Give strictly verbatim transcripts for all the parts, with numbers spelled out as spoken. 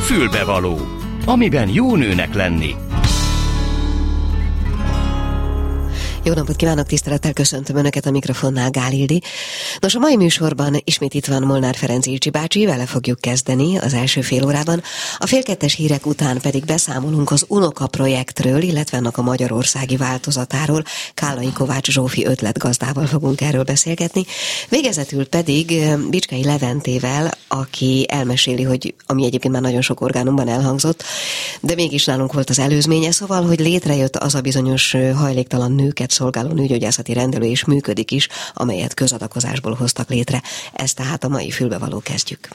Fülbevaló, amiben jó nőnek lenni. Jó napot kívánok, tisztelettel köszöntöm Önöket, a mikrofonnál Gál Ildi. Nos, a mai műsorban ismét itt van Molnár Ferenc Ilcsi bácsi, vele fogjuk kezdeni az első fél órában. A fél kettes hírek után pedig beszámolunk az Unoka projektről, illetve annak a magyarországi változatáról. Kállai Kovács Zsófi ötletgazdával fogunk erről beszélgetni. Végezetül pedig Bicskei Leventével, aki elmeséli, hogy ami egyébként már nagyon sok orgánumban elhangzott, de mégis nálunk volt az előzménye, szóval, hogy létrejött az a bizonyos hajléktalan nőket szolgáló nőgyógyászati rendelő, és működik is, amelyet közadakozásból hoztak létre. Ezt tehát a mai Fülbevaló kezdjük.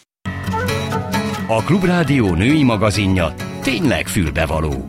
A Klubrádió női magazinja tényleg fülbevaló.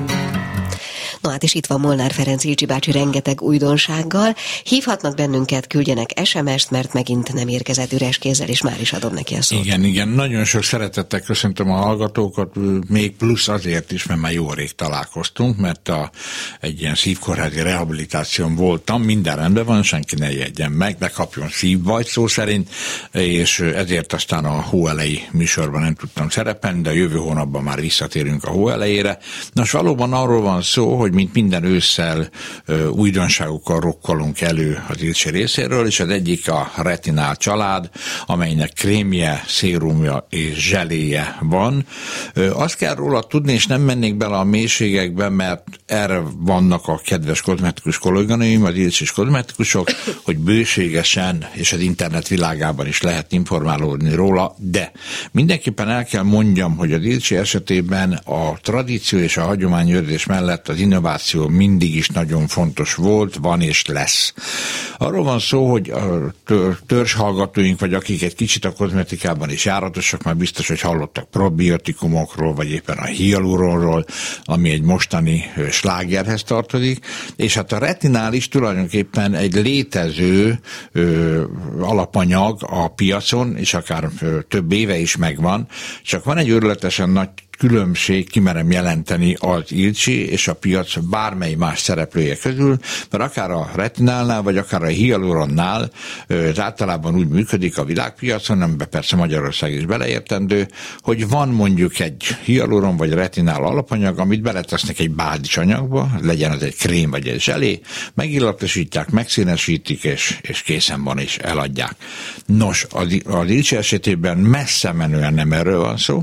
No hát, és itt van Molnár Ferenc Ilcsi bácsi rengeteg újdonsággal. Hívhatnak bennünket, küldjenek es em est, mert megint nem érkezett üres kézzel, és már is adom neki a szót. Igen, igen, nagyon sok szeretettel köszöntöm a hallgatókat, még plusz azért is, mert már jó rég találkoztunk, mert a, egy ilyen szívkórházi rehabilitáción voltam, minden rendben van, senki ne jegyen meg, de kapjon szívbajt szó szerint, és ezért aztán a hó elejé műsorban nem tudtam szerepelni, de a jövő hónapban már visszatérünk a hó elejére. Nos, valóban arról van szó, hogy mint minden ősszel ö, újdonságokkal rokkolunk elő az Ilcsi részéről, és az egyik a Retinál család, amelynek krémje, szérumja és zseléje van. Ö, azt kell róla tudni, és nem mennék bele a mélységekbe, mert erre vannak a kedves kozmetikus kolléganőim, az Ilcsis kozmetikusok, hogy bőségesen, és az internet világában is lehet informálódni róla, de mindenképpen el kell mondjam, hogy az Ilcsi esetében a tradíció és a hagyományőrzés mellett az innováció mindig is nagyon fontos volt, van és lesz. Arról van szó, hogy a törzshallgatóink, vagy akik egy kicsit a kozmetikában is járatosak, már biztos, hogy hallottak probiotikumokról, vagy éppen a hialuronról, ami egy mostani slágerhez tartozik, és hát a retinál is tulajdonképpen egy létező ö, alapanyag a piacon, és akár ö, több éve is megvan, csak van egy őrületesen nagy különbség, kimerem jelenteni az Ilcsi és a piac bármely más szereplője közül, mert akár a retinálnál, vagy akár a hialuronnál ez általában úgy működik a világpiacon, amiben persze Magyarország is beleértendő, hogy van mondjuk egy hialuron vagy retinál alapanyag, amit beletesznek egy bázis anyagba, legyen az egy krém vagy egy zselé, megillatosítják, megszínesítik, és, és készen van, és eladják. Nos, az, az Ilcsi esetében messze menően nem erről van szó,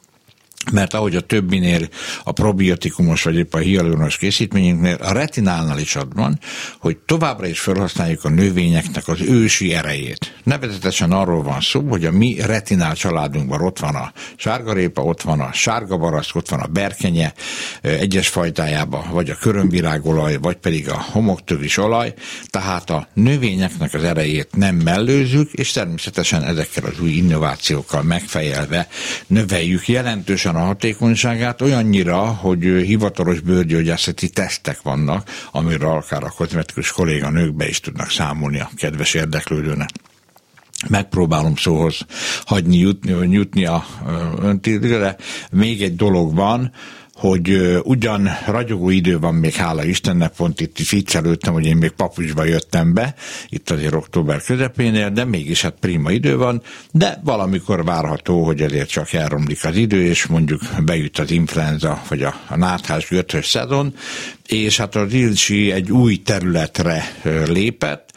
mert ahogy a többinél, a probiotikumos vagy épp a hialuronos készítményünknél, a retinálnál is ad van, hogy továbbra is felhasználjuk a növényeknek az ősi erejét. Nevezetesen arról van szó, hogy a mi retinál családunkban ott van a sárgarépa, ott van a sárgabarack, ott van a berkenye egyes fajtájában, vagy a körömvirágolaj, vagy pedig a homoktövis olaj, tehát a növényeknek az erejét nem mellőzzük, és természetesen ezekkel az új innovációkkal megfejelve növeljük jelentősen a hatékonyságát, olyannyira, hogy hivatalos bőrgyógyászati tesztek vannak, amiről akár a kozmetikus kolléganők be is tudnak számolni a kedves érdeklődőnek. Megpróbálom szóhoz hagyni jutni, jutni a öntírdre. Még egy dolog van, hogy uh, ugyan ragyogó idő van még, hála Istennek, pont itt viccelődtem, hogy én még papucsba jöttem be, itt azért október közepénél, de mégis hát prima idő van, de valamikor várható, hogy azért csak elromlik az idő, és mondjuk bejut az influenza, vagy a, a náthás göthös szezon, és hát az Ilcsi egy új területre uh, lépett,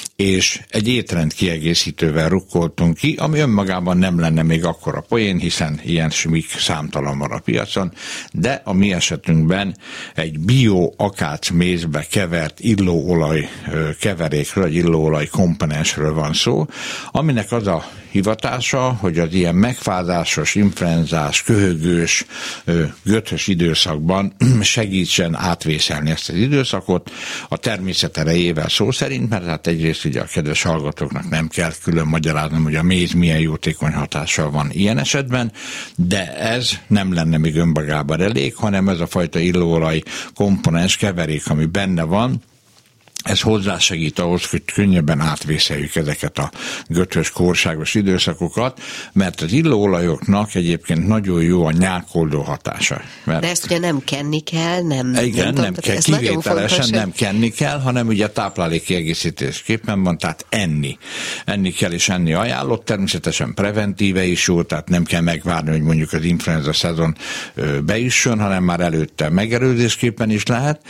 és egy étrend kiegészítővel rukkoltunk ki, ami önmagában nem lenne még akkora poén, hiszen ilyen smik számtalan van a piacon, de a mi esetünkben egy bio akácmézbe kevert illóolaj keverékről, egy illóolaj komponensről van szó, aminek az a hivatása, hogy az ilyen megfázásos, influenzás, köhögős, göthös időszakban segítsen átvészelni ezt az időszakot a természet erejével szó szerint, mert hát egyrészt ugye a kedves hallgatóknak nem kell külön magyaráznom, hogy a méz milyen jótékony hatással van ilyen esetben, de ez nem lenne még önmagában elég, hanem ez a fajta illóolaj komponens keverék, ami benne van, Ez hozzásegít ahhoz, hogy könnyebben átvészeljük ezeket a göthös, kórságos időszakokat, mert az illóolajoknak egyébként nagyon jó a nyálkoldó hatása. Mert de ezt ugye nem kenni kell, nem... Igen, nem, nem kell, kivételesen nem kenni kell, hanem ugye táplálékkiegészítésképpen van, tehát enni. Enni kell és enni ajánlott, természetesen preventíve is jó, tehát nem kell megvárni, hogy mondjuk az influenza szezon beüssön, hanem már előtte megelőzésképpen is lehet.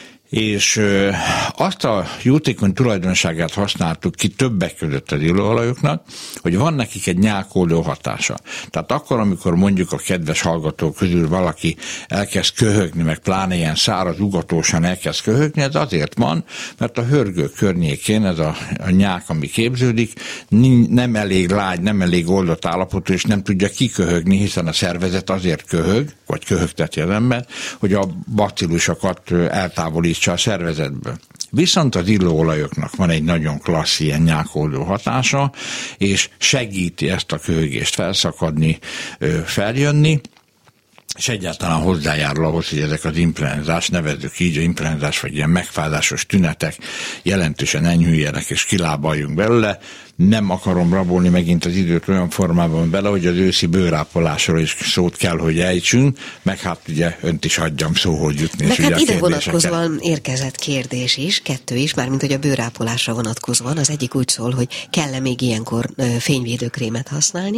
És ö, azt a jótékony tulajdonságát használtuk ki többek között az illóolajoknak, hogy van nekik egy nyálkoldó hatása. Tehát akkor, amikor mondjuk a kedves hallgatók közül valaki elkezd köhögni, meg pláne ilyen száraz, ugatósan elkezd köhögni, ez azért van, mert a hörgő környékén ez a, a nyák, ami képződik, nem elég lágy, nem elég oldott állapotú, és nem tudja kiköhögni, hiszen a szervezet azért köhög, vagy köhögteti az ember, hogy a bacillusokat eltávolítsa a szervezetből. Viszont az illóolajoknak van egy nagyon klassz ilyen nyálkoldó hatása, és segíti ezt a köhögést felszakadni, feljönni, és egyáltalán hozzájárul ahhoz, hogy ezek az influenzás, nevezzük így, a influenzás vagy ilyen megfázásos tünetek jelentősen enyhüljenek, és kilábaljunk belőle. Nem akarom rabolni megint az időt olyan formában bele, hogy az őszi bőrápolásról is szót kell, hogy ejtsünk, meg hát ugye önt is hagyjam szóhoz jutni. Meg hát ide vonatkozóan érkezett kérdés is, kettő is, mármint hogy a bőrápolásra vonatkozóan. Az egyik úgy szól, hogy kell-e még ilyenkor fényvédőkrémet használni?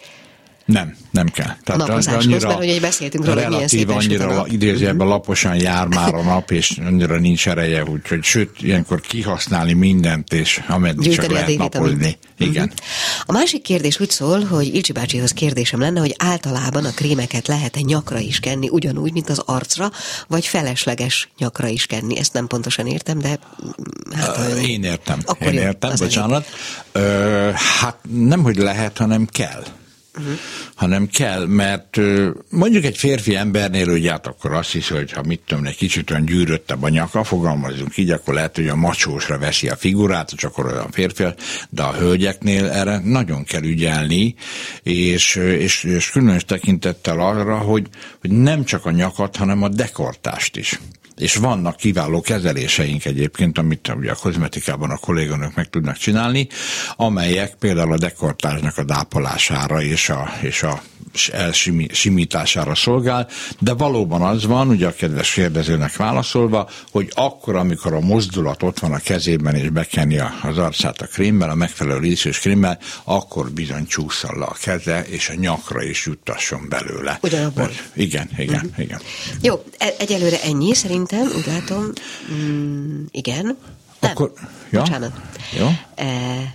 Nem, nem kell. Tehát napozáshoz, annyira mert ugye beszéltünk róla, hogy milyen szépen annyira idézőjelben laposan jár már a nap, és annyira nincs ereje, úgyhogy sőt, ilyenkor kihasználni mindent, és ameddig gyűjteni csak lehet napozni. Igen. Uh-huh. A másik kérdés úgy szól, hogy Ilcsi bácsihoz kérdésem lenne, hogy általában a krémeket lehet-e nyakra is kenni, ugyanúgy, mint az arcra, vagy felesleges nyakra is kenni. Ezt nem pontosan értem, de hát... Uh, én értem, én jó, értem, bocsánat. Uh, hát nem, hogy lehet, hanem kell. Uh-huh. hanem kell, mert mondjuk egy férfi embernél ugye hát akkor azt hiszi, hogy ha mit tudom, egy kicsit olyan gyűröttebb a nyaka, fogalmazunk így, akkor lehet, hogy a macsósra veszi a figurát, csak akkor olyan férfi, de a hölgyeknél erre nagyon kell ügyelni, és, és, és különös tekintettel arra, hogy, hogy nem csak a nyakat, hanem a dekoltást is. És vannak kiváló kezeléseink egyébként, amit ugye a kozmetikában a kolléganők meg tudnak csinálni, amelyek például a dekoltázsnak a dápolására és a, és a elsimítására szolgál, de valóban az van, ugye a kedves kérdezőnek válaszolva, hogy akkor, amikor a mozdulat ott van a kezében, és bekenni az arcát a krémmel, a megfelelő ízűs krémmel, akkor bizony csúszol le a keze, és a nyakra is juttasson belőle. Ugyanabban. Igen, igen, uh-huh. igen. Jó, egyelőre ennyi szerintem, úgy látom. Mm, igen. Nem, akkor, ja? Bocsánat. Jó. E-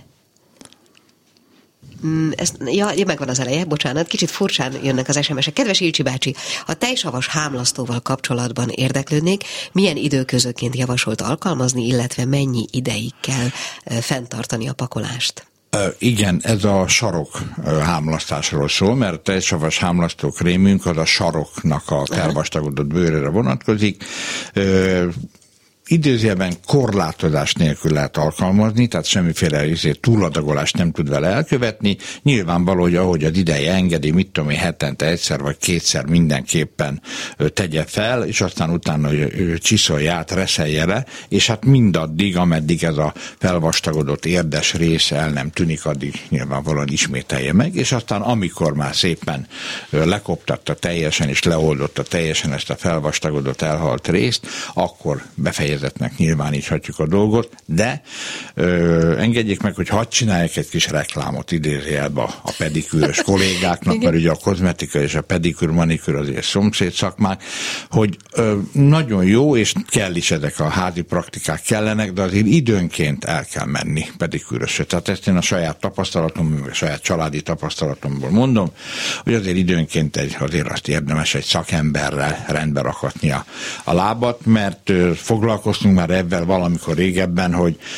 Ez, ja, megvan az eleje, bocsánat, kicsit furcsán jönnek az es em esek. Kedves Ilcsi bácsi, a tejsavas hámlasztóval kapcsolatban érdeklődnék, milyen időközönként javasolt alkalmazni, illetve mennyi ideig kell fenntartani a pakolást? Uh, igen, ez a sarok uh, hámlasztásról szól, mert a tejsavas hámlasztó krémünk az a saroknak a felvastagodott bőrére vonatkozik. Uh, Idézőjelben korlátozás nélkül lehet alkalmazni, tehát semmiféle túladagolást nem tud vele elkövetni. Nyilvánvaló, hogy ahogy az ideje engedi, mit tudom én, hetente egyszer vagy kétszer mindenképpen tegye fel, és aztán utána csiszolja át, reszelje le, és hát mindaddig, ameddig ez a felvastagodott érdes része el nem tűnik, addig nyilvánvalóan ismételje meg, és aztán amikor már szépen lekoptatta teljesen, és leoldotta teljesen ezt a felvastagodott elhalt részt, akkor befejezi nyilváníthatjuk a dolgot, de ö, engedjék meg, hogy hadd csinálják egy kis reklámot idézőjelbe a pedikűrös kollégáknak, mert ugye a kozmetika és a pedikűr, manikűr azért szomszéd szakmák, hogy ö, nagyon jó, és kell is ezek a házi praktikák kellenek, de azért időnként el kell menni pedikűrösre. Tehát ezt én a saját tapasztalatom, a saját családi tapasztalatomból mondom, hogy azért időnként egy, azért azt érdemes egy szakemberrel rendbe rakatni a, a lábat, mert ö, foglalkozunk már ebben valamikor régebben, hogy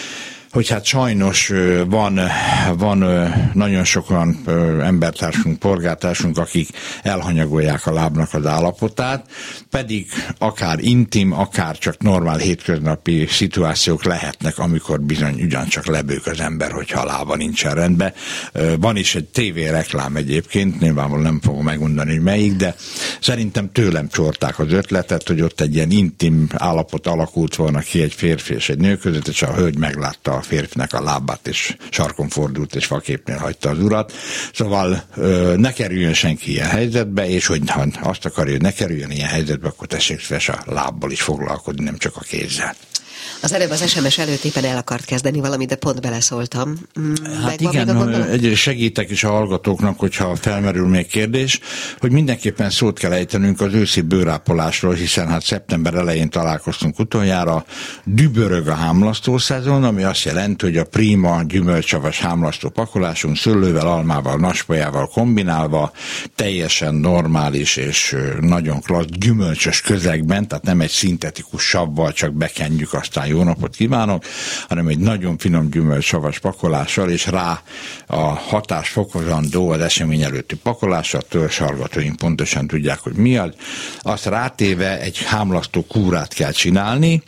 hogy hát sajnos van, van nagyon sok olyan embertársunk, polgártársunk, akik elhanyagolják a lábnak az állapotát, pedig akár intim, akár csak normál hétköznapi szituációk lehetnek, amikor bizony ugyancsak lebők az ember, hogyha a lába nincsen rendben. Van is egy tévéreklám egyébként, nyilvánvalóan nem fogom megmondani, hogy melyik, de szerintem tőlem csorták az ötletet, hogy ott egy ilyen intim állapot alakult volna ki egy férfi és egy nő között, és a hölgy meglátta a férfinek a lábát, és sarkon fordult, és faképnél hagyta az urat. Szóval ne kerüljön senki ilyen helyzetbe, és hogy ha azt akarja, hogy ne kerüljön ilyen helyzetbe, akkor tessék szíves a lábbal is foglalkozni, nem csak a kézzel. Az előbb az es em es előtt éppen el akart kezdeni valamit, de pont beleszóltam. Hát igen, egyre segítek is a hallgatóknak, hogyha felmerül még kérdés, hogy mindenképpen szót kell ejtenünk az őszi bőrápolásról, hiszen hát szeptember elején találkoztunk utoljára, dübörög a hámlasztó szezon, ami azt jelenti, hogy a prima gyümölcsavas hámlasztó pakolásunk szőlővel, almával, naspajával kombinálva, teljesen normális és nagyon klassz gyümölcsös közegben, tehát nem egy szintetikus savval, csak bekenjük, aztán jó napot kívánok, hanem egy nagyon finom gyümölcsavas pakolással, és rá a hatás fokozandó az esemény előtti pakolással, törzshallgatóink pontosan tudják, hogy mi az. Azt rátéve egy hámlasztó kúrát kell csinálni,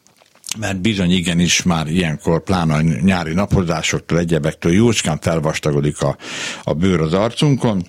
mert bizony igenis már ilyenkor, pláne a nyári napozásoktól, egyebektől jócskán felvastagodik a, a bőr az arcunkon,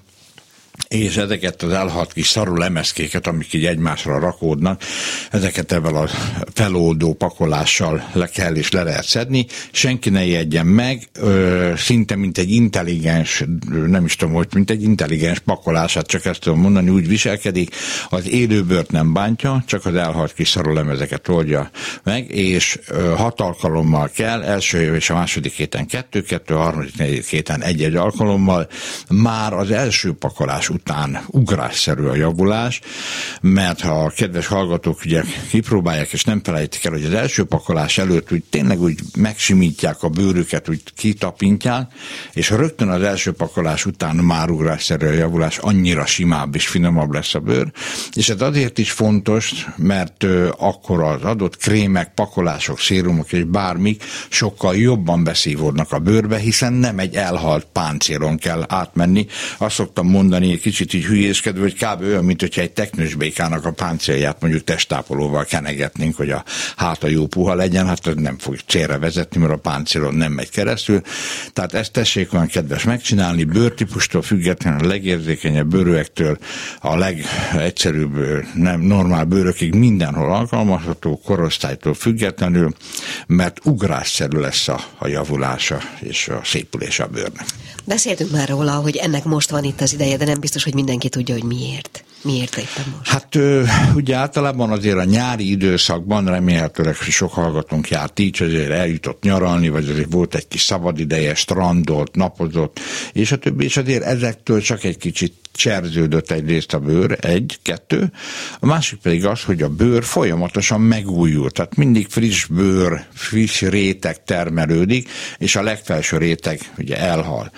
és ezeket az elhalt kis szarú lemezkéket, amik így egymásra rakódnak, ezeket ebben a feloldó pakolással le kell és le lehet szedni. Senki ne ijedjen meg, ö, szinte mint egy intelligens, nem is tudom, hogy mint egy intelligens pakolását, csak ezt tudom mondani, úgy viselkedik, az élőbőrt nem bántja, csak az elhalt kis szarú lemezeket oldja meg, és ö, hat alkalommal kell, első és a második héten kettő-kettő, a harmadik, negyedik héten egy-egy alkalommal, már az első pakolás után ugrásszerű a javulás, mert ha a kedves hallgatók ugye kipróbálják, és nem felejtik el, hogy az első pakolás előtt úgy tényleg úgy megsimítják a bőrüket, úgy kitapintják, és rögtön az első pakolás után már ugrásszerű a javulás, annyira simább és finomabb lesz a bőr, és ez azért is fontos, mert ö, akkor az adott krémek, pakolások, szérumok és bármik sokkal jobban beszívódnak a bőrbe, hiszen nem egy elhalt páncélon kell átmenni. Azt szoktam mondani, egy kicsit így hülyéskedve, hogy kb. Olyan, mint hogyha egy teknős békának a páncélját mondjuk testtápolóval kenegetnénk, hogy a háta jó puha legyen, hát ez nem fog célra vezetni, mert a páncélon nem megy keresztül. Tehát ezt tessék olyan kedves megcsinálni, bőrtípustól függetlenül, a legérzékenyebb bőröktől a legegyszerűbb, nem normál bőrökig mindenhol alkalmazható, korosztálytól függetlenül, mert ugrásszerű lesz a, a javulása és a szépülése a bőrnek. Beszéltünk már róla, hogy ennek most van itt az ideje, de nem biztos, hogy mindenki tudja, hogy miért. Miért éppen most? Hát ugye általában azért a nyári időszakban remélhetőleg sok hallgatónk járt így, azért eljutott nyaralni, vagy azért volt egy kis szabadideje, strandolt, napozott, és a többi, és azért ezektől csak egy kicsit cserződött egyrészt a bőr, egy, kettő. A másik pedig az, hogy a bőr folyamatosan megújul, tehát mindig friss bőr, friss réteg termelődik, és a legfelső réteg ugye elhal.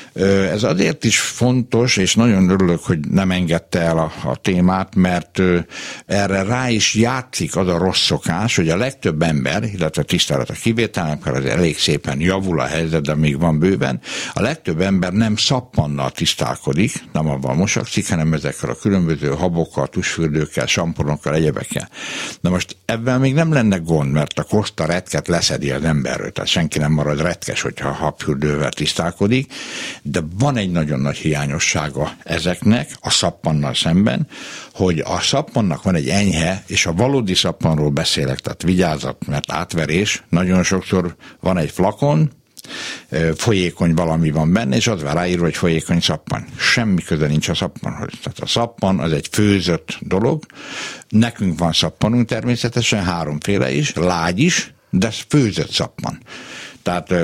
Ez azért is fontos, és nagyon örülök, hogy nem engedte el a, a témát, mert erre rá is játszik az a rossz szokás, hogy a legtöbb ember, illetve tisztelet a kivételnek, mert azért elég szépen javul a helyzet, de még van bőven, a legtöbb ember nem szappannal tisztálkodik, nem abban mosakszik, hanem ezekkel a különböző habokkal, tusfürdőkkel, samponokkal, egyebekkel. Na most ebben még nem lenne gond, mert a koszta retket leszedi az emberről, tehát senki nem marad retkes, hogyha habfürdővel tisztálkodik, de van egy nagyon nagy hiányossága ezeknek a szappannal szemben, hogy a szappannak van egy enyhe, és a valódi szappanról beszélek, tehát vigyázat, mert átverés, nagyon sokszor van egy flakon, folyékony valami van benne, és az van ráírva, hogy folyékony szappan. Semmi köze nincs a szappanhoz. Tehát a szappan az egy főzött dolog, nekünk van szappanunk természetesen, háromféle is, lágy is, de főzött szappan. Tehát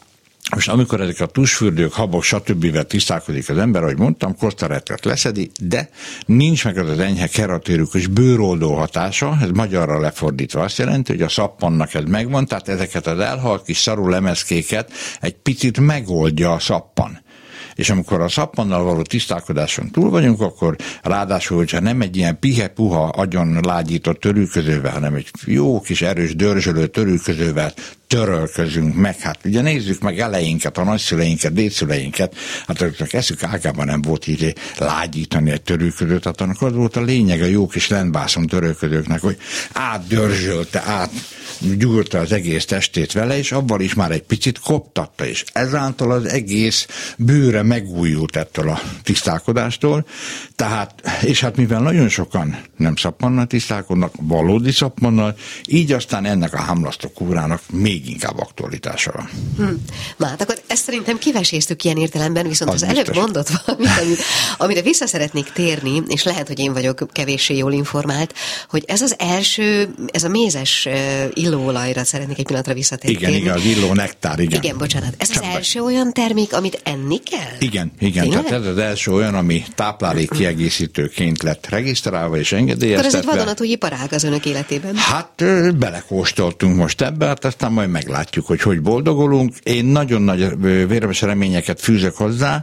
most amikor ezek a tusfürdők, habok, stb. Tisztálkodik az ember, ahogy mondtam, kosztarettet leszedi, de nincs meg az az enyhe keratérikus bőroldó hatása, ez magyarra lefordítva azt jelenti, hogy a szappannak ez megvan, tehát ezeket az elhalt kis szarú lemezkéket egy picit megoldja a szappan. És amikor a szappannal való tisztálkodáson túl vagyunk, akkor ráadásul, hogyha nem egy ilyen pihe-puha, agyon lágyított törülközővel, hanem egy jó kis erős dörzsölő törülközővel törölközünk meg. Hát ugye nézzük meg elejénket, a nagyszüleinket, dédszüleinket, hát a eszük ágában nem volt így lágyítani egy törölközőt, hát annak az volt a lényeg a jó kis lendbászon törölközőknek, hogy átdörzsölte, átgyúrta az egész testét vele, és abban is már egy picit koptatta, és ezáltal az egész bőre megújult ettől a tisztálkodástól. Tehát, és hát mivel nagyon sokan nem szappannal tisztálkodnak, valódi szappannal, így aztán ennek a hámlasztó kúrának még inkább aktualitása van. Hm. Na hát akkor ezt szerintem kiveséztük ilyen értelemben, viszont az, az előbb mondott valamit, amit, amire vissza szeretnék térni, és lehet, hogy én vagyok kevéssé jól informált, hogy ez az első, ez a mézes illóolajra szeretnék egy pillanatra visszatérni. Igen, igen, az illó nektár, igen. Igen, bocsánat. Ez Csak az első olyan termék, amit enni kell? Igen, igen. Tényleg? Tehát ez az első olyan, ami táplálék kiegészítőként lett regisztrálva és engedélyeztetve. Akkor ez egy vadonatúj iparág az önök életében. Hát belekóstoltunk most ebbe, hát aztán majd meglátjuk, hogy hogy boldogulunk. Én nagyon nagy vérmes reményeket fűzök hozzá.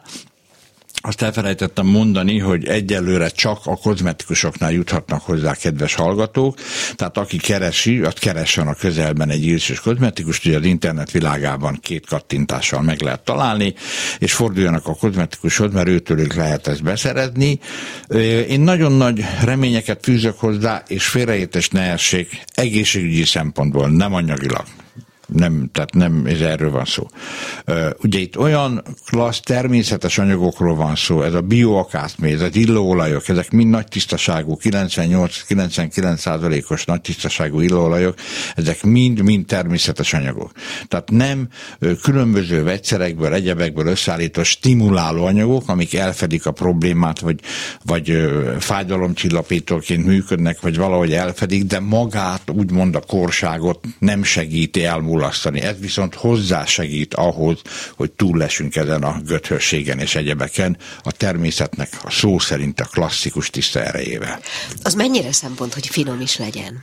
Azt elfelejtettem mondani, hogy egyelőre csak a kozmetikusoknál juthatnak hozzá kedves hallgatók, tehát aki keresi, azt keressen a közelben egy írsös kozmetikust, ugye az internet világában két kattintással meg lehet találni, és forduljanak a kozmetikushoz, mert őtőlük lehet ezt beszerezni. Én nagyon nagy reményeket fűzök hozzá, és félreértés ne essék egészségügyi szempontból, nem anyagilag. Nem, tehát nem, ez erről van szó. Uh, ugye itt olyan klassz természetes anyagokról van szó, ez a bioakászméz, az illóolajok, ezek mind nagy tisztaságú, kilencvennyolc-kilencvenkilenc százalékos nagy tisztaságú illóolajok, ezek mind-mind természetes anyagok. Tehát nem uh, különböző vegyszerekből, egyebekből összeállított stimuláló anyagok, amik elfedik a problémát, vagy, vagy uh, fájdalomcsillapítóként működnek, vagy valahogy elfedik, de magát, úgymond a korságot nem segíti elmúlni. Ez viszont hozzásegít ahhoz, hogy túl lessünk ezen a göthösségen és egyebeken a természetnek a szó szerint a klasszikus tiszta erejével. Az mennyire szempont, hogy finom is legyen?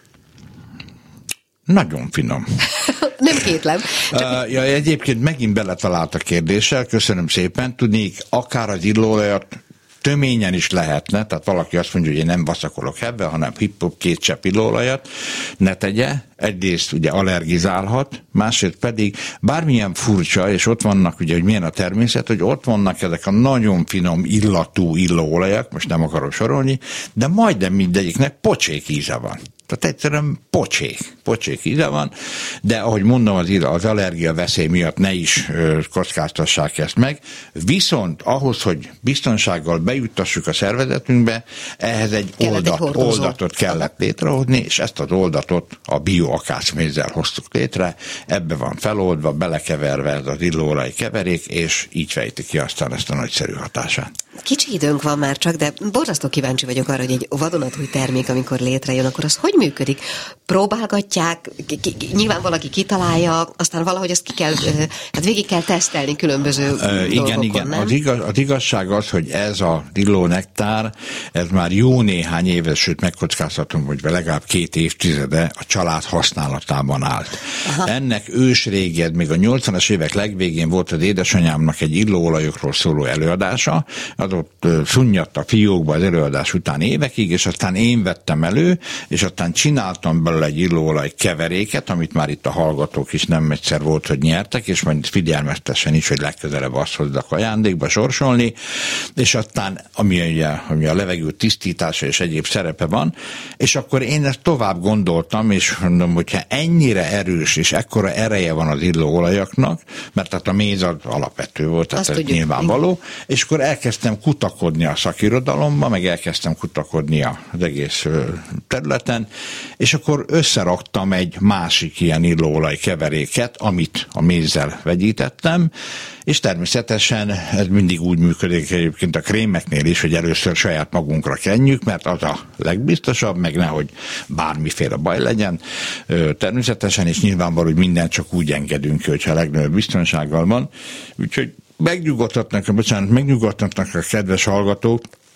Nagyon finom. Nem kétlem. Csak... Uh, ja, egyébként megint beletalált a kérdéssel, köszönöm szépen. Tudnék, akár az illóolajat töményen is lehetne, tehát valaki azt mondja, hogy én nem vaszakolok ebbe, hanem hip-hop két csepp illóolajat, ne tegye. Egyrészt ugye allergizálhat, másrészt pedig bármilyen furcsa, és ott vannak ugye, hogy milyen a természet, hogy ott vannak ezek a nagyon finom illatú illóolajak, most nem akarok sorolni, de majdnem mindegyiknek pocsék íze van. Tehát egyszerűen pocsék, pocsék íze van, de ahogy mondom, az, az allergia veszély miatt ne is ö, kockáztassák ezt meg, viszont ahhoz, hogy biztonsággal bejuttassuk a szervezetünkbe, ehhez egy, oldat, egy oldatot kellett létrehozni, és ezt az oldatot a bioakászmézzel hoztuk létre, ebbe van feloldva, belekeverve ez az illóolaj keverék, és így fejti ki aztán ezt a nagyszerű hatását. Kicsi időnk van már csak, de borzasztó kíváncsi vagyok arra, hogy egy vadonatúj termék, amikor létrejön, akkor az hogy működik? Próbálgatják, ki, ki, nyilván valaki kitalálja, aztán valahogy ezt ki kell, hát végig kell tesztelni különböző uh, dolgokon, igen, igen. Nem? Az, igaz, az igazság az, hogy ez a illó nektár, ez már jó néhány éves, sőt megkockáztatom, hogy legalább két évtizede a család használatában állt. Aha. Ennek ősréged, még a nyolcvanas évek legvégén volt az édesanyámnak egy illóolajokról szóló előadása, az ott szunnyadt a fiókba az előadás után évekig, és aztán én vettem elő, és aztán csináltam belőle egy illóolaj keveréket, amit már itt a hallgatók is nem egyszer volt, hogy nyertek, és majd figyelmeztessen is, hogy legközelebb azt hozzak ajándékba sorsolni, és aztán, ami, ugye, ami a levegő tisztítása és egyéb szerepe van, és akkor én ezt tovább gondoltam, és mondom, hogyha ennyire erős, és ekkora ereje van az illóolajaknak, mert tehát a méz az alapvető volt, tehát ez nyilvánvaló, és akkor elkezdtem kutakodni a szakirodalomba, meg elkezdtem kutakodni az egész területen, és akkor összeraktam egy másik ilyen illóolaj keveréket, amit a mézzel vegyítettem, és természetesen ez mindig úgy működik egyébként a krémeknél is, hogy először saját magunkra kenjük, mert az a legbiztosabb, meg nehogy bármiféle baj legyen. Természetesen, és nyilvánvaló, hogy mindent csak úgy engedünk ki, hogyha a legnagyobb biztonsággal van. Úgyhogy megnyugodhatnak, bocsánat, megnyugodhatnak a kedves hallgatók,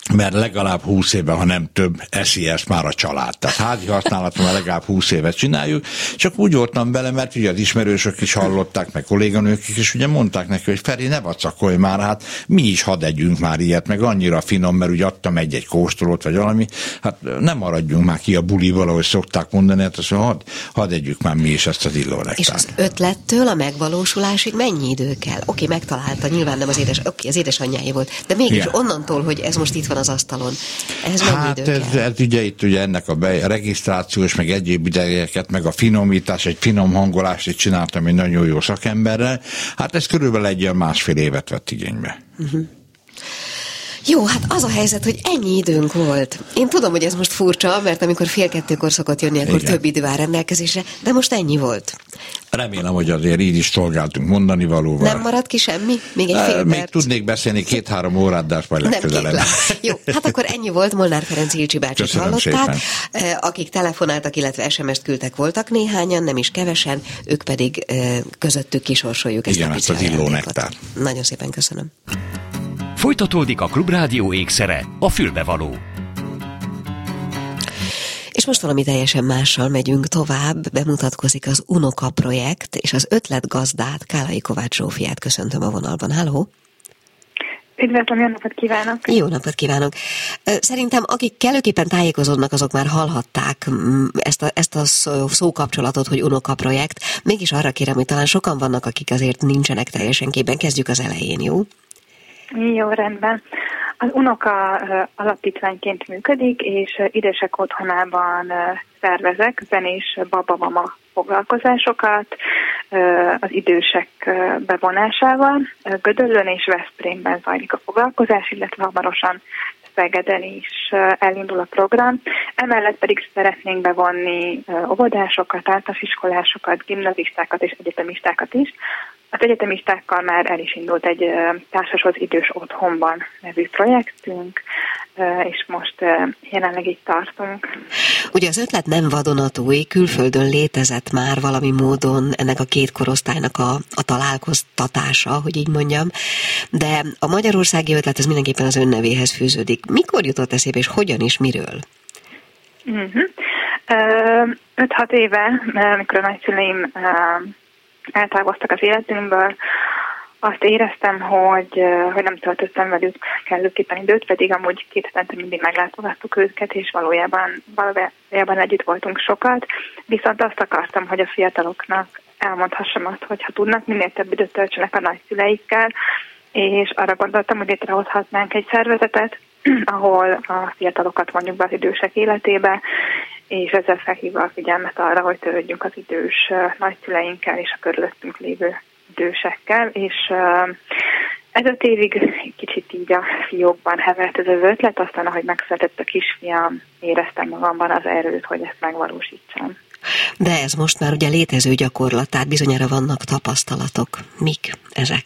mert legalább húsz éve, ha nem több, eszi ezt már a család. Tehát házi használatra már legalább húsz évet csináljuk, csak úgy voltam bele, mert ugye az ismerősök is hallották, meg kolléganők is, és ugye mondták neki, hogy Feri, ne vacakolj már, hát mi is hadd együnk már ilyet, meg annyira finom, mert ugye adtam egy-egy kóstolót, vagy valami, hát nem maradjunk már ki a bulival, ahogy szokták mondani, hát azt hadd had együk már mi is ezt az illónektárt. És az ötlettől a megvalósulásig mennyi idő kell? Oké, megtalálta, nyilván nem az édes, oké, az édesanyjáé volt, de mégis igen. Onnantól, hogy ez most itt van az asztalon. Ehhez mennyi hát idő ez, kell? ez ugye itt ugye ennek a, be, a regisztrációs, meg egyéb idejeket, meg a finomítás, egy finom hangolást itt csináltam egy nagyon jó szakemberrel. Hát ez körülbelül egy olyan másfél évet vett igénybe. Uh-huh. Jó, hát az a helyzet, hogy ennyi időnk volt. Én tudom, hogy ez most furcsa, mert amikor fél kettőkor szokott jönni, akkor igen. több idő áll rendelkezésre, de most ennyi volt. Remélem, hogy azért így is szolgáltunk mondani valóval. Nem maradt ki semmi? Még egy fél Még perc? tudnék beszélni két-három órát, de azt majd legközelebb. Jó, hát akkor ennyi volt, Molnár Ferenc Ilcsi bácsit hallották. Szépen. Akik telefonáltak, illetve es em es-t küldtek, voltak néhányan, nem is kevesen, ők pedig közöttük kisorsoljuk ezt igen, a ezt az illónektárt. Nagyon szépen köszönöm. Folytatódik a Klubrádió ékszere, a fülbevaló. És most valami teljesen mással megyünk tovább, bemutatkozik az Unoka projekt, és az ötletgazdát, Kálai Kovács Zsófiát köszöntöm a vonalban. Halló! Üdvözlöm, jó napot kívánok! Jó napot kívánok! Szerintem akik kellőképpen tájékozódnak, azok már hallhatták ezt a, ezt a szó, szókapcsolatot, hogy Unoka projekt. Mégis arra kérem, hogy talán sokan vannak, akik azért nincsenek teljesen képben. Kezdjük az elején, jó? Jó, rendben. Az Unoka alapítványként működik, és idősek otthonában szervezek zenés babamama foglalkozásokat az idősek bevonásával. Gödöllőn és Veszprémben zajlik a foglalkozás, illetve hamarosan Szegeden is elindul a program. Emellett pedig szeretnénk bevonni óvodásokat, általános iskolásokat, gimnazistákat és egyetemistákat is. Az egyetemistákkal már el is indult egy Társashoz idős otthonban nevű projektünk, és most jelenleg itt tartunk. Ugye az ötlet nem vadonatúj, külföldön létezett már valami módon ennek a két korosztálynak a, a találkoztatása, hogy így mondjam, de a magyarországi ötlet ez mindenképpen az ön nevéhez fűződik. Mikor jutott eszébe, és hogyan és miről? Uh-huh. öt-hat éve, amikor a nagyszüleim eltávoztak az életünkből, azt éreztem, hogy, hogy nem töltöttem velük kellőképpen időt, pedig amúgy két hetente mindig meglátogattuk őket, és valójában, valójában együtt voltunk sokat. Viszont azt akartam, hogy a fiataloknak elmondhassam azt, hogy ha tudnak, minél több időt töltsenek a nagyszüleikkel, és arra gondoltam, hogy létrehozhatnánk egy szervezetet, ahol a fiatalokat vonjuk be az idősek életébe, és ezzel felhívva a figyelmet arra, hogy törődjünk az idős nagyszüleinkkel és a körülöttünk lévő idősekkel, és ez öt évig kicsit így a fiókban hevert ez az ötlet, aztán ahogy megszületett a kisfiam, éreztem magamban az erőt, hogy ezt megvalósítsam. De ez most már ugye létező gyakorlat, tehát bizonyára vannak tapasztalatok. Mik ezek?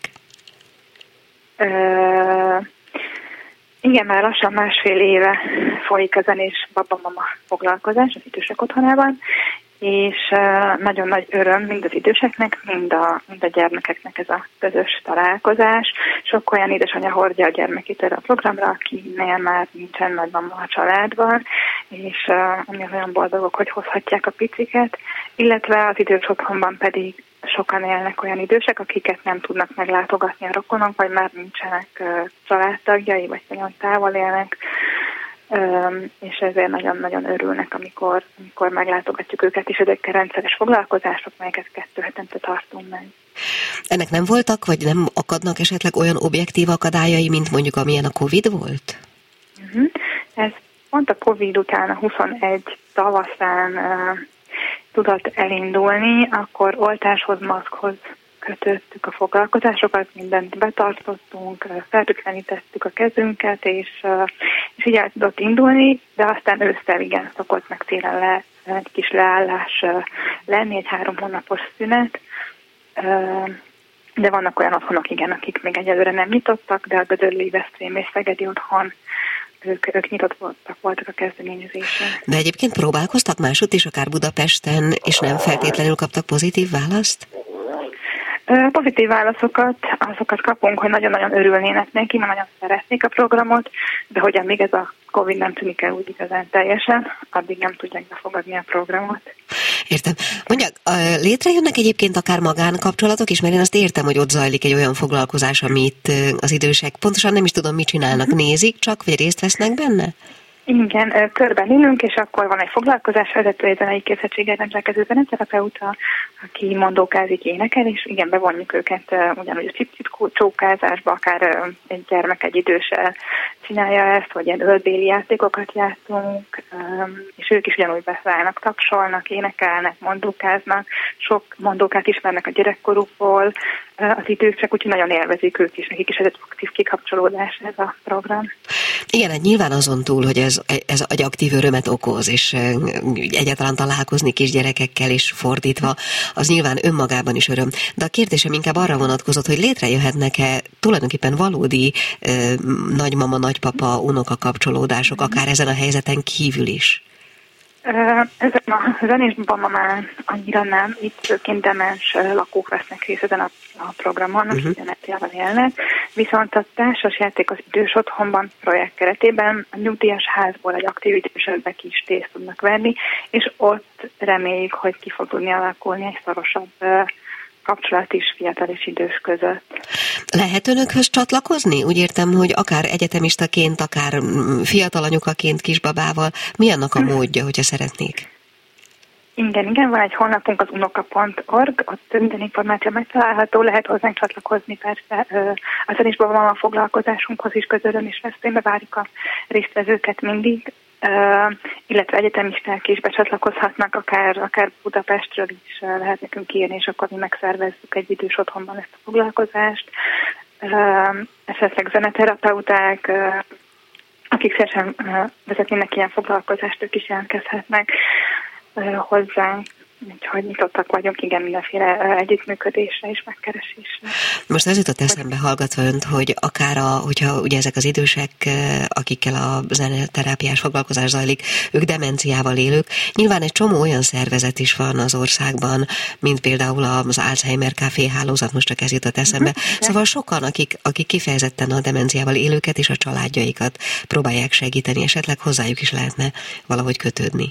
Ö- Igen, már lassan másfél éve folyik a zenés babamama foglalkozás az idősek otthonában, és nagyon nagy öröm mind az időseknek, mind a, mind a gyermekeknek ez a közös találkozás. Sok olyan édesanyja hordja a gyermekét erre a programra, akinél már nincsen nagymama a családban, és uh, olyan boldogok, hogy hozhatják a piciket, illetve az idős otthonban pedig sokan élnek olyan idősek, akiket nem tudnak meglátogatni a rokonok, vagy már nincsenek uh, családtagjai, vagy nagyon távol élnek, um, és ezért nagyon-nagyon örülnek, amikor, amikor meglátogatjuk őket, és ezek rendszeres foglalkozások, melyeket kettő hetente tartunk meg. Ennek nem voltak, vagy nem akadnak esetleg olyan objektív akadályai, mint mondjuk amilyen a Covid volt? Uh-huh. Ez pont a Covid után, a huszonegy tavaszán uh, tudott elindulni, akkor oltáshoz, maszkhoz kötöttük a foglalkozásokat, mindent betartottunk, fertőtlenítettük a kezünket, és, és így el tudott indulni, de aztán ősszel igen szokott meg télen le, egy kis leállás lenni, egy három hónapos szünet, de vannak olyan otthonok, igen, akik még egyelőre nem nyitottak, de a Gödöllői, Veszprém és Szegedi otthon Ők, ők nyitott voltak, voltak a kezdeményezésre. De egyébként próbálkoztak máshogy is, akár Budapesten, és nem feltétlenül kaptak pozitív választ? Pozitív válaszokat, azokat kapunk, hogy nagyon-nagyon örülnének neki, mert nagyon szeretnék a programot, de hogy még ez a Covid nem tűnik el úgy igazán teljesen, addig nem tudják befogadni a programot. Értem. Mondják, létrejönnek egyébként akár magánkapcsolatok is, mert én azt értem, hogy ott zajlik egy olyan foglalkozás, amit az idősek pontosan nem is tudom, mit csinálnak, nézik csak, vagy részt vesznek benne? Igen, körben ülünk, és akkor van egy foglalkozás vezető, egy zenei képzettséggel rendelkező zeneterapeuta, aki mondókázik, énekel, és igen, bevonjuk őket ugyanúgy a cip-cip csókázásba, akár egy gyermek, egy idős csinálja ezt, vagy ilyen ölbéli játékokat játszunk, és ők is ugyanúgy beszállnak, tapsolnak, énekelnek, mondókáznak, sok mondókát ismernek a gyerekkorukból, az idősek, úgyhogy nagyon élvezik ők is, nekik is ez egy aktív kikapcsolódás ez a program. Igen, hát nyilván azon túl, hogy ez, ez egy aktív örömet okoz, és egyáltalán találkozni kisgyerekekkel is fordítva, az nyilván önmagában is öröm. De a kérdésem inkább arra vonatkozott, hogy létrejöhetnek-e tulajdonképpen valódi eh, nagymama, nagypapa, unoka kapcsolódások, akár ezen a helyzeten kívül is? Ezen a zenésban ma már annyira nem, itt főként demens lakók vesznek részt ezen a, a programon, akik uh-huh. demenciával élnek, viszont a társasjáték az idős otthonban projekt keretében a nyugdíjas házból egy aktív idősebbek is részt tudnak venni, és ott reméljük, hogy ki fog tudni alakulni egy szorosabb kapcsolat is fiatal és idős között. Lehet önökhöz csatlakozni? Úgy értem, hogy akár egyetemistaként, akár fiatal anyukaként kisbabával, mi annak a módja, hogyha szeretnék? Igen, igen, van egy honlapunk, az unoka pont org, ott minden információ megtalálható, lehet hozzánk csatlakozni, persze a zenésben van a foglalkozásunkhoz is közölön, és Veszprémbe várjuk a résztvevőket mindig, Uh, illetve egyetemisták is becsatlakozhatnak, akár, akár Budapestről is uh, lehet nekünk írni, és akkor mi megszervezzük egy idős otthonban ezt a foglalkozást. Uh, esetleg zeneterapeuták, uh, akik szívesen uh, vezetnének ilyen foglalkozást, ők is jelentkezhetnek uh, hozzánk. Úgyhogy nyitottak vagyunk, igen, mindenféle együttműködésre és megkeresésre. Most az jutott eszembe hallgatva önt, hogy akár, a, hogyha ugye ezek az idősek, akikkel a zeneterápiás foglalkozás zajlik, ők demenciával élők, nyilván egy csomó olyan szervezet is van az országban, mint például az Alzheimer Café hálózat, most csak ez jutott eszembe. Uh-huh. Szóval sokan, akik, akik kifejezetten a demenciával élőket és a családjaikat próbálják segíteni, esetleg hozzájuk is lehetne valahogy kötődni.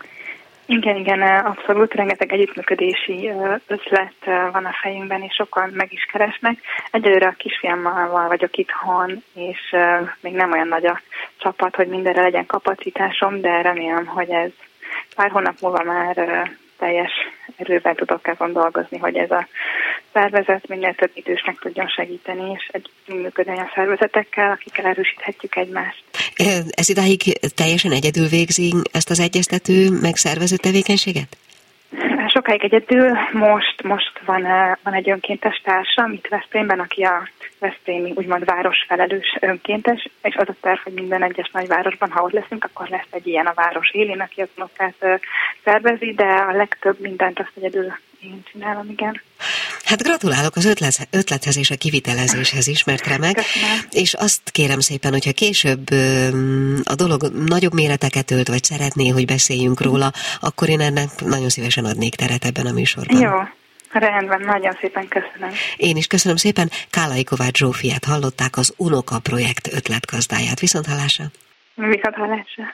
Igen, igen, abszolút, rengeteg együttműködési ötlet van a fejünkben, és sokan meg is keresnek. Egyelőre a kisfiammal vagyok itthon, és még nem olyan nagy a csapat, hogy mindenre legyen kapacitásom, de remélem, hogy ez pár hónap múlva már teljes erővel tudok ezen dolgozni, hogy ez a szervezet minél több idősnek tudjon segíteni, és együttműködni olyan szervezetekkel, akikkel erősíthetjük egymást. Ez idáig teljesen egyedül végzi ezt az egyeztető, megszervező tevékenységet? Sokáig egyedül, most, most van, van egy önkéntes társam itt Veszprémben, aki a veszprémi úgymond városfelelős önkéntes, és az a terv, hogy minden egyes nagyvárosban, ha ott leszünk, akkor lesz egy ilyen a város élén, aki az unokát szervezi, de a legtöbb mindent azt egyedül én csinálom, igen. Hát gratulálok az ötlet, ötlethez és a kivitelezéshez is, mert remek. Köszönöm. És azt kérem szépen, hogyha később a dolog nagyobb méreteket ölt, vagy szeretné, hogy beszéljünk róla, akkor én ennek nagyon szívesen adnék teret ebben a műsorban. Jó. Rendben, nagyon szépen köszönöm. Én is köszönöm szépen. Kálai Kovács Zsófiát hallották, az Unoka projekt ötletgazdáját. Viszonthallásra. Viszonthallásra.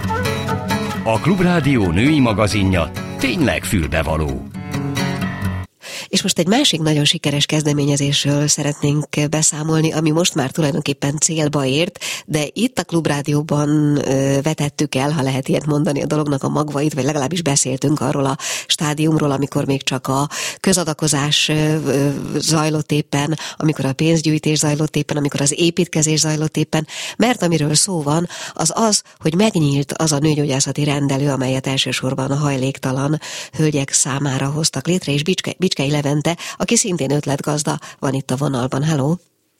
A Klubrádió női magazinja tényleg fülbevaló. És most egy másik nagyon sikeres kezdeményezésről szeretnénk beszámolni, ami most már tulajdonképpen célba ért, de itt a Klubrádióban vetettük el, ha lehet ilyet mondani, a dolognak a magvait, vagy legalábbis beszéltünk arról a stádiumról, amikor még csak a közadakozás zajlott éppen, amikor a pénzgyűjtés zajlott éppen, amikor az építkezés zajlott éppen, mert amiről szó van, az az, hogy megnyílt az a nőgyógyászati rendelő, amelyet elsősorban a hajléktalan hölgyek számára hoztak létre, és Bicske, Bicskei Levente, aki szintén ötletgazda, van itt a vonalban. Halló?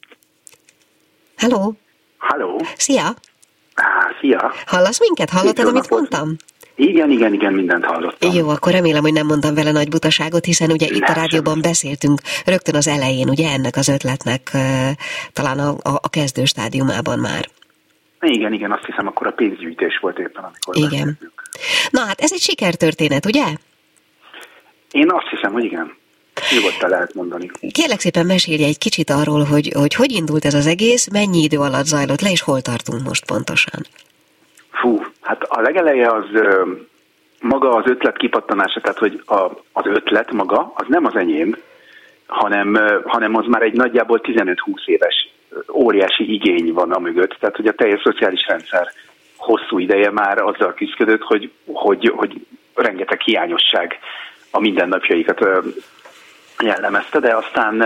Halló? Halló? Szia! Szia! Hallasz minket? Hallottad, amit mondtam? Igen, igen, igen, mindent hallottam. Jó, akkor remélem, hogy nem mondtam vele nagy butaságot, hiszen ugye itt a rádióban beszéltünk rögtön az elején, ugye ennek az ötletnek talán a, a, a kezdő stádiumában már. Igen, igen, azt hiszem, akkor a pénzgyűjtés volt éppen, amikor igen. beszéltünk. Na hát ez egy sikertörténet, ugye? Én azt hiszem, hogy igen. Nyugodtan lehet mondani. Kérlek szépen mesélj egy kicsit arról, hogy, hogy hogy indult ez az egész, mennyi idő alatt zajlott le, és hol tartunk most pontosan? Fú, hát a legeleje az maga az ötlet kipattanása, tehát hogy a, az ötlet maga, az nem az enyém, hanem, hanem az már egy nagyjából tizenöt-húsz éves óriási igény van a mögött, tehát hogy a teljes szociális rendszer hosszú ideje már azzal küzdött, hogy, hogy, hogy rengeteg hiányosság a mindennapjaikat jellemezte, de aztán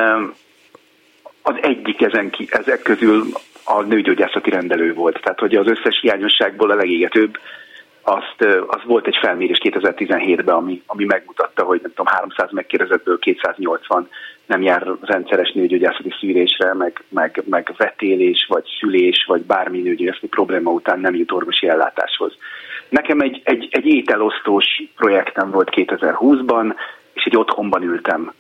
az egyik ezen, ezek közül a nőgyógyászati rendelő volt. Tehát, hogy az összes hiányosságból a legégetőbb, azt, az volt egy felmérés kétezer-tizenhétben, ami, ami megmutatta, hogy nem tudom, háromszáz megkérdezettből kétszáznyolcvan nem jár rendszeres nőgyógyászati szűrésre, meg, meg, meg vetélés, vagy szülés, vagy bármi nőgyógyászati probléma után nem jut orvosi ellátáshoz. Nekem egy, egy, egy ételosztós projektem volt kétezer-húszban, és egy otthonban ültem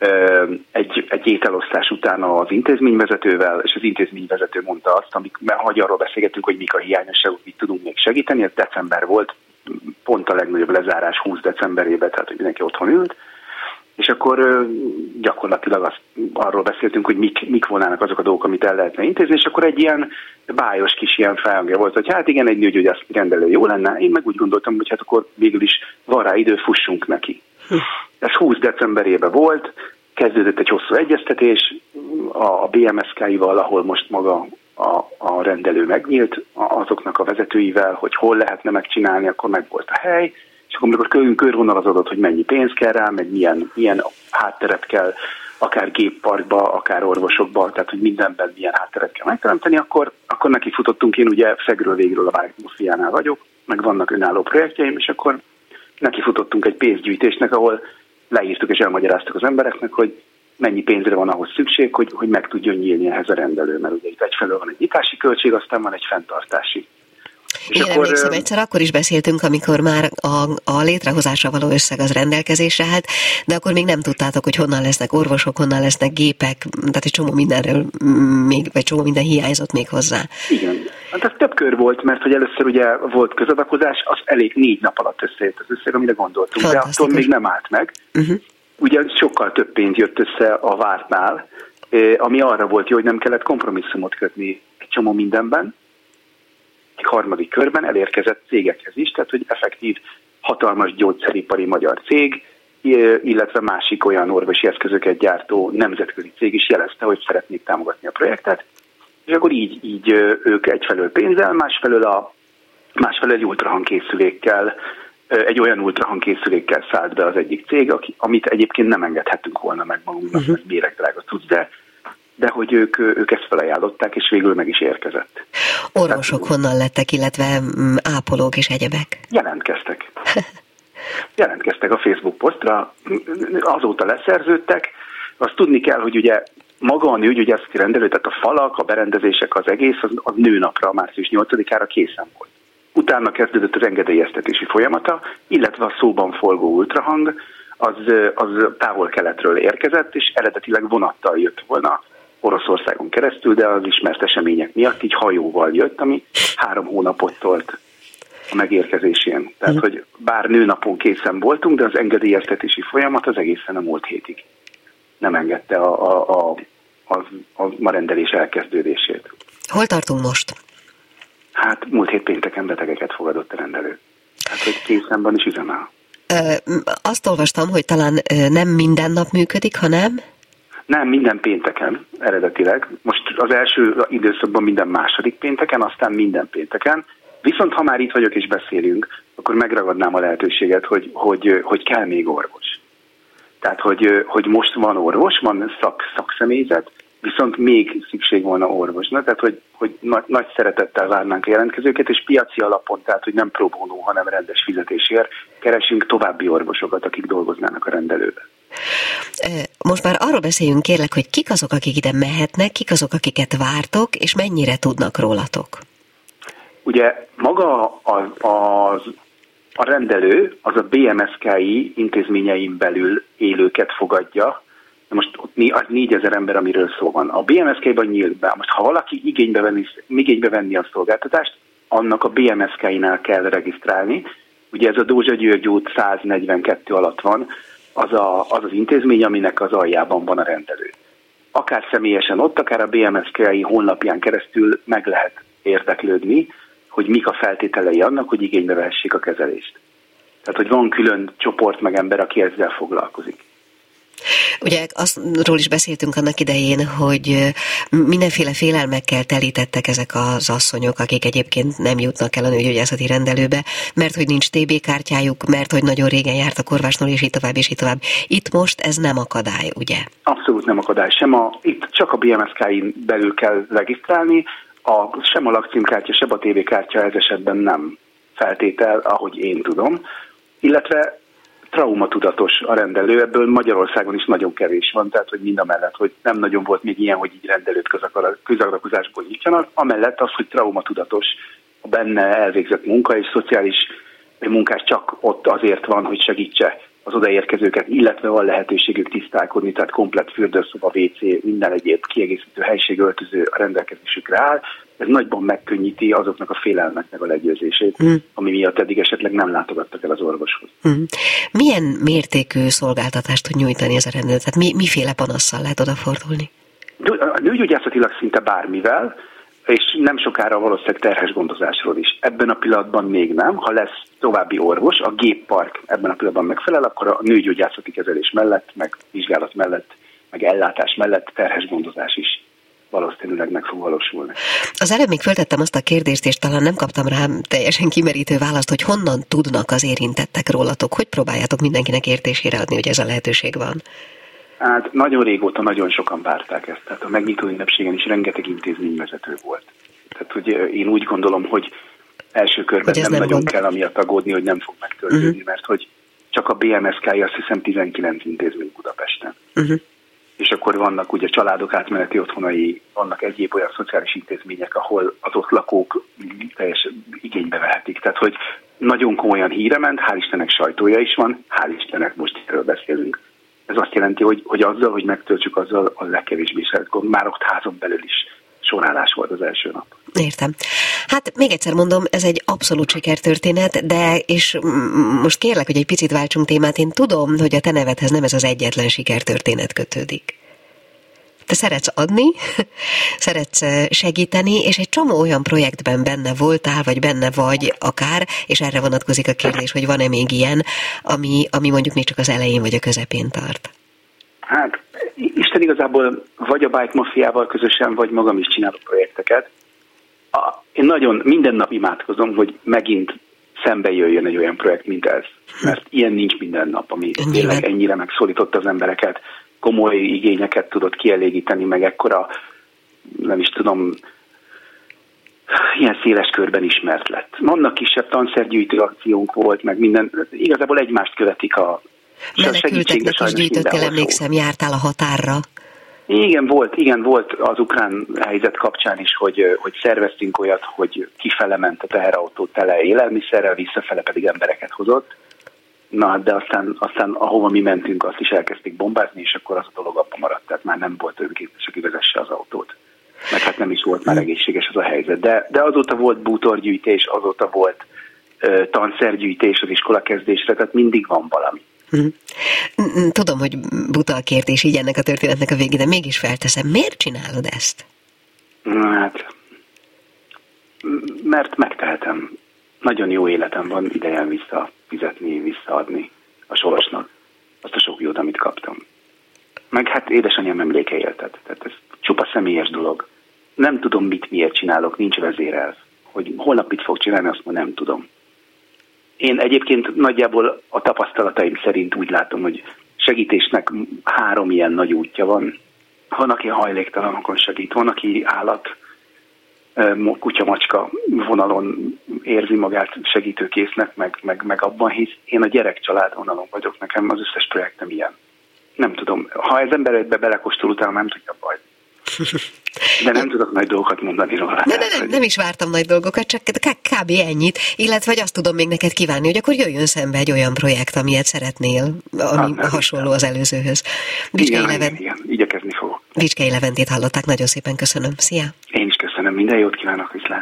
egy, egy ételosztás után az intézményvezetővel, és az intézményvezető mondta azt, amik, hogy arról beszélgetünk, hogy mik a hiányosságok, mit tudunk még segíteni. Ez december volt, pont a legnagyobb lezárás húsz decemberében, tehát hogy mindenki otthon ült, és akkor gyakorlatilag azt, arról beszéltünk, hogy mik, mik volnának azok a dolgok, amit el lehetne intézni, és akkor egy ilyen bájos kis ilyen felhangja volt, hogy hát igen, egy nőgyógyászati rendelő jó lenne. Én meg úgy gondoltam, hogy hát akkor végül is van rá idő, fussunk neki. Ez húsz decemberében volt, kezdődött egy hosszú egyeztetés a bé em es ká-ival, ahol most maga a, a rendelő megnyílt, azoknak a vezetőivel, hogy hol lehetne megcsinálni, akkor meg volt a hely, és akkor amikor körünk körvonalazódott, hogy mennyi pénz kell rá, meg milyen, milyen hátteret kell, akár gépparkba, akár orvosokba, tehát hogy mindenben milyen hátteret kell megteremteni, akkor, akkor neki futottunk, én ugye szegről végről a Városfiánál vagyok, meg vannak önálló projektjeim, és akkor neki futottunk egy pénzgyűjtésnek, ahol leírtuk és elmagyaráztuk az embereknek, hogy mennyi pénzre van ahhoz szükség, hogy, hogy meg tudjon nyílni ehhez a rendelő, mert ugye itt egyfelől van egy nyitási költség, aztán van egy fenntartási. Én akkor, emlékszem, egyszer akkor is beszéltünk, amikor már a, a létrehozásra való összeg az rendelkezésre állt, de akkor még nem tudtátok, hogy honnan lesznek orvosok, honnan lesznek gépek, tehát egy csomó mindenről még, vagy csomó minden hiányzott még hozzá. Igen. Hát ez több kör volt, mert hogy először ugye volt közadakozás, az elég négy nap alatt összejött az összeg, amire gondoltunk, de attól még nem állt meg. Uh-huh. Ugye sokkal több pénz jött össze a vártnál, ami arra volt jó, hogy nem kellett kompromisszumot kötni egy csomó mindenben. Egy harmadik körben elérkezett cégekhez is, tehát hogy effektív hatalmas gyógyszeripari magyar cég, illetve másik olyan orvosi eszközöket gyártó nemzetközi cég is jelezte, hogy szeretnék támogatni a projektet, és akkor így, így ők egyfelől pénzzel, másfelől, a, másfelől egy ultrahangkészülékkel, egy olyan ultrahangkészülékkel szállt be az egyik cég, amit egyébként nem engedhetünk volna meg magunknak, uh-huh. mert méregdrága tudsz, de de hogy ők, ők ezt felajánlották, és végül meg is érkezett. Orvosok Tehát, honnan lettek, illetve ápolók és egyebek? Jelentkeztek. Jelentkeztek a Facebook posztra, azóta leszerződtek. Azt tudni kell, hogy ugye maga a nőgyógyászati rendelő, tehát a falak, a berendezések, az egész, az, az nőnapra, március nyolcadikára készen volt. Utána kezdődött az engedélyeztetési folyamata, illetve a szóban forgó ultrahang, az, az távol-keletről érkezett, és eredetileg vonattal jött volna Oroszországon keresztül, de az ismert események miatt így hajóval jött, ami három hónapot tolt a megérkezésén. Tehát, uh-huh. hogy bár nőnapon készen voltunk, de az engedélyeztetési folyamat az egészen a múlt hétig nem engedte a, a, a, a, a rendelés elkezdődését. Hol tartunk most? Hát múlt hét pénteken betegeket fogadott a rendelő. Tehát, hogy készen van és üzemel. Ö, azt olvastam, hogy talán nem minden nap működik, hanem... Nem, minden pénteken eredetileg. Most az első időszakban minden második pénteken, aztán minden pénteken. Viszont ha már itt vagyok és beszélünk, akkor megragadnám a lehetőséget, hogy, hogy, hogy kell még orvos. Tehát, hogy, hogy most van orvos, van szak, szakszemélyzet, viszont még szükség volna orvosnak, tehát hogy, hogy nagy, nagy szeretettel várnánk a jelentkezőket, és piaci alapon, tehát hogy nem pro bono, hanem rendes fizetésért keresünk további orvosokat, akik dolgoznának a rendelőben. Most már arról beszéljünk, kérlek, hogy kik azok, akik ide mehetnek, kik azok, akiket vártok, és mennyire tudnak rólatok? Ugye maga a, a, a rendelő, az a bé em es ká-i intézményein belül élőket fogadja. Most ott az négyezer ember, amiről szó van. A bé em es ká-ban nyílt be. Most ha valaki igénybe venni, igénybe venni a szolgáltatást, annak a bé em es ká-inál kell regisztrálni. Ugye ez a Dózsa György út száznegyvenkettő alatt van, az, a, az az intézmény, aminek az aljában van a rendelő. Akár személyesen ott, akár a bé em es ká i honlapján keresztül meg lehet érdeklődni, hogy mik a feltételei annak, hogy igénybe vehessék a kezelést. Tehát, hogy van külön csoport meg ember, aki ezzel foglalkozik. Ugye azról is beszéltünk annak idején, hogy mindenféle félelmekkel telítettek ezek az asszonyok, akik egyébként nem jutnak el a nőgyógyászati rendelőbe, mert hogy nincs té bé kártyájuk, mert hogy nagyon régen jártak orvosnál, és így tovább, és így tovább. Itt most ez nem akadály, ugye? Abszolút nem akadály. Sem a, itt csak a bé em es ká i-n belül kell regisztrálni, a, sem a lakcímkártya, sem a té bé kártya ez esetben nem feltétel, ahogy én tudom. Illetve traumatudatos a rendelő, ebből Magyarországon is nagyon kevés van, tehát hogy mind a mellett, hogy nem nagyon volt még ilyen, hogy így rendelőt közakadozásból nyitjanak, amellett az, hogy traumatudatos a benne elvégzett munka, és szociális munkás csak ott azért van, hogy segítse az odaérkezőket, illetve van lehetőségük tisztálkodni, tehát komplett fürdőszoba, vé cé, minden egyéb kiegészítő helység, öltöző a rendelkezésükre áll. Ez nagyban megkönnyíti azoknak a félelmeknek a legyőzését, mm. ami miatt eddig esetleg nem látogattak el az orvoshoz. Mm. Milyen mértékű szolgáltatást tud nyújtani ez a rendelő? Tehát mi, miféle panasszal lehet odafordulni? A nőgyógyászatilag szinte bármivel, és nem sokára valószínűleg terhes gondozásról is. Ebben a pillanatban még nem. Ha lesz további orvos, a géppark ebben a pillanatban megfelel, akkor a nőgyógyászati kezelés mellett, meg vizsgálat mellett, meg ellátás mellett terhes gondozás is valószínűleg meg fog valósulni. Az előbb még föltettem azt a kérdést, és talán nem kaptam rá teljesen kimerítő választ, hogy honnan tudnak az érintettek rólatok, hogy próbáljátok mindenkinek értésére adni, hogy ez a lehetőség van? Hát nagyon régóta nagyon sokan várták ezt, tehát a megnyitó ünnepségen is rengeteg intézményvezető volt. Tehát hogy én úgy gondolom, hogy első körben hogy nem, nem nagyon gond. kell amiatt aggódni, hogy nem fog megtörténni, uh-huh. mert hogy csak a bé em es ká i azt hiszem tizenkilenc intézmény Budapesten. Uh-huh. És akkor vannak ugye családok átmeneti otthonai, vannak egyéb olyan szociális intézmények, ahol az ott lakók teljes igénybe vehetik. Tehát, hogy nagyon komolyan híre ment, hál' Istennek sajtója is van, hál' Istennek most erről beszélünk. Ez azt jelenti, hogy, hogy azzal, hogy megtöltsük, azzal a legkevésbé is lehet gond. Már ott házon belül is sorálás volt az első nap. Értem. Hát még egyszer mondom, ez egy abszolút sikertörténet, de és most kérlek, hogy egy picit váltsunk témát. Én tudom, hogy a te nevedhez nem ez az egyetlen sikertörténet kötődik. Te szeretsz adni, szeretsz segíteni, és egy csomó olyan projektben benne voltál, vagy benne vagy akár, és erre vonatkozik a kérdés, hogy van-e még ilyen, ami, ami mondjuk még csak az elején vagy a közepén tart. Hát Isten igazából vagy a Bike Mafiával közösen, vagy magam is csinálok projekteket. A, én nagyon minden nap imádkozom, hogy megint szembe jöjjön egy olyan projekt, mint ez. Mert ilyen nincs minden nap, ami tényleg ennyire megszólította az embereket, komoly igényeket tudott kielégíteni, meg ekkora, nem is tudom, ilyen széles körben ismert lett. Vannak kisebb tanszergyűjtő akciónk volt, meg minden, igazából egymást követik a menekülteknek is gyűjtöttél, emlékszem, jártál a határra. Igen, volt, igen, volt az ukrán helyzet kapcsán is, hogy, hogy szerveztünk olyat, hogy kifele ment a teherautó tele élelmiszerrel, visszafele pedig embereket hozott. Na, de aztán, aztán ahova mi mentünk, azt is elkezdték bombázni, és akkor az a dolog abban maradt, tehát már nem volt önkéntes, aki vezesse az autót. Meg hát nem is volt már egészséges az a helyzet. De, de azóta volt bútorgyűjtés, azóta volt uh, tanszergyűjtés az iskola kezdésre, tehát mindig van valami. Tudom, hogy buta a kérdés így ennek a történetnek a végén, de mégis felteszem, miért csinálod ezt? Hát, mert megtehetem. Nagyon jó életem van, idejen visszafizetni, visszaadni a sorsnak azt a sok jót, amit kaptam. Meg hát édesanyám emléke éltet, tehát ez csupa személyes dolog. Nem tudom, mit miért csinálok, nincs vezérelv. Hogy holnap mit fog csinálni, azt már nem tudom. Én egyébként nagyjából a tapasztalataim szerint úgy látom, hogy segítésnek három ilyen nagy útja van. Van, aki hajléktalanokon segít, van, aki állat, kutya-macska vonalon érzi magát segítőkésznek, meg, meg, meg abban hisz. Én a gyerekcsalád vonalon vagyok, nekem az összes projektem ilyen. Nem tudom, ha ez ember egybe belekóstol, utána nem tudja baj. De nem tudok nagy dolgokat mondani róla. Ne, ne, nem, nem is vártam nagy dolgokat, csak kb. Ennyit, illetve hogy azt tudom még neked kívánni, hogy akkor jöjjön szembe egy olyan projekt, amilyet szeretnél, ami hát, hasonló az előzőhöz. Bicskei igen, Levent... igen, igyekezni fogok. Bicskei Leventét hallották, nagyon szépen köszönöm. Szia! Én is köszönöm, minden jót kívánok, viszlát!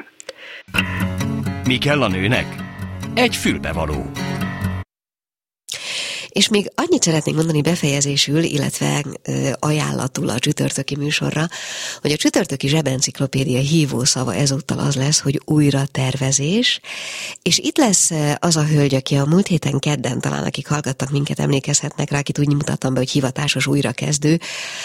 Mi kell a nőnek? Egy fülbevaló. És még annyit szeretnék mondani befejezésül, illetve ö, ajánlatul a csütörtöki műsorra, hogy a csütörtöki zsebenciklopédia hívószava ezúttal az lesz, hogy újra tervezés, és itt lesz az a hölgy, aki a múlt héten kedden, talán akik hallgattak minket, emlékezhetnek rá, akit úgy mutattam be, hogy hivatásos újrakezdő,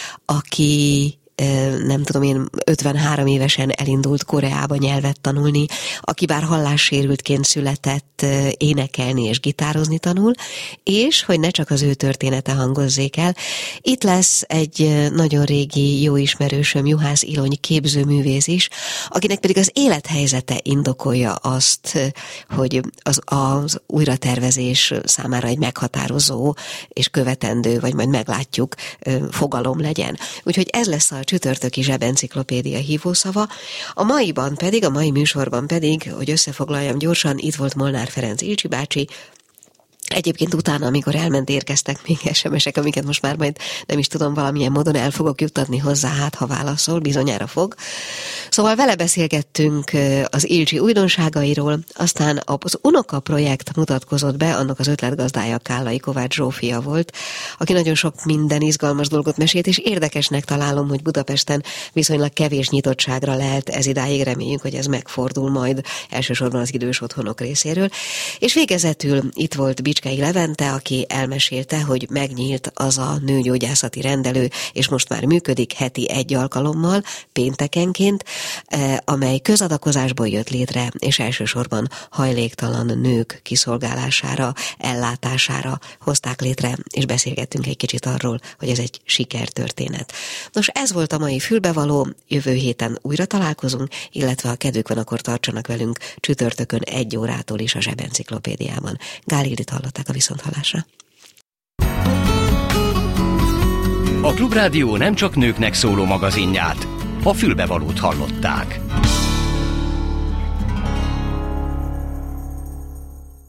aki nem tudom én, ötvenhárom évesen elindult Koreába nyelvet tanulni, aki bár hallássérültként született, énekelni és gitározni tanul, és hogy ne csak az ő története hangozzék el. Itt lesz egy nagyon régi jó ismerősöm, Juhász Ilony képzőművész is, akinek pedig az élethelyzete indokolja azt, hogy az, az újratervezés számára egy meghatározó és követendő, vagy majd meglátjuk, fogalom legyen. Úgyhogy ez lesz a csütörtöki zsebenciklopédia hívószava. A maiban pedig, a mai műsorban pedig, hogy összefoglaljam gyorsan, itt volt Molnár Ferenc Ilcsi bácsi. Egyébként utána, amikor elment, érkeztek még es em esek, amiket most már majd nem is tudom, valamilyen módon el fogok juttatni hozzá, hát ha válaszol, bizonyára fog. Szóval vele beszélgettünk az Ilcsi újdonságairól, aztán az Unoka projekt mutatkozott be, annak az ötletgazdája Kállai Kovács Zsófia volt, aki nagyon sok minden izgalmas dolgot mesélt, és érdekesnek találom, hogy Budapesten viszonylag kevés nyitottságra lehet ez idáig, reméljük, hogy ez megfordul majd elsősorban az idős otthonok részéről. És végezetül itt volt Bicskei Levente, aki elmesélte, hogy megnyílt az a nőgyógyászati rendelő, és most már működik heti egy alkalommal, péntekenként, amely közadakozásból jött létre, és elsősorban hajléktalan nők kiszolgálására, ellátására hozták létre, és beszélgettünk egy kicsit arról, hogy ez egy sikertörténet. Nos, ez volt a mai fülbevaló, jövő héten újra találkozunk, illetve ha kedvük van, akkor tartsanak velünk csütörtökön egy órától is a Zsebenciklopédiában. Gál Ildit hallották a viszonthallásra. A Klubrádió nem csak nőknek szóló magazinját, a fülbevalót hallották.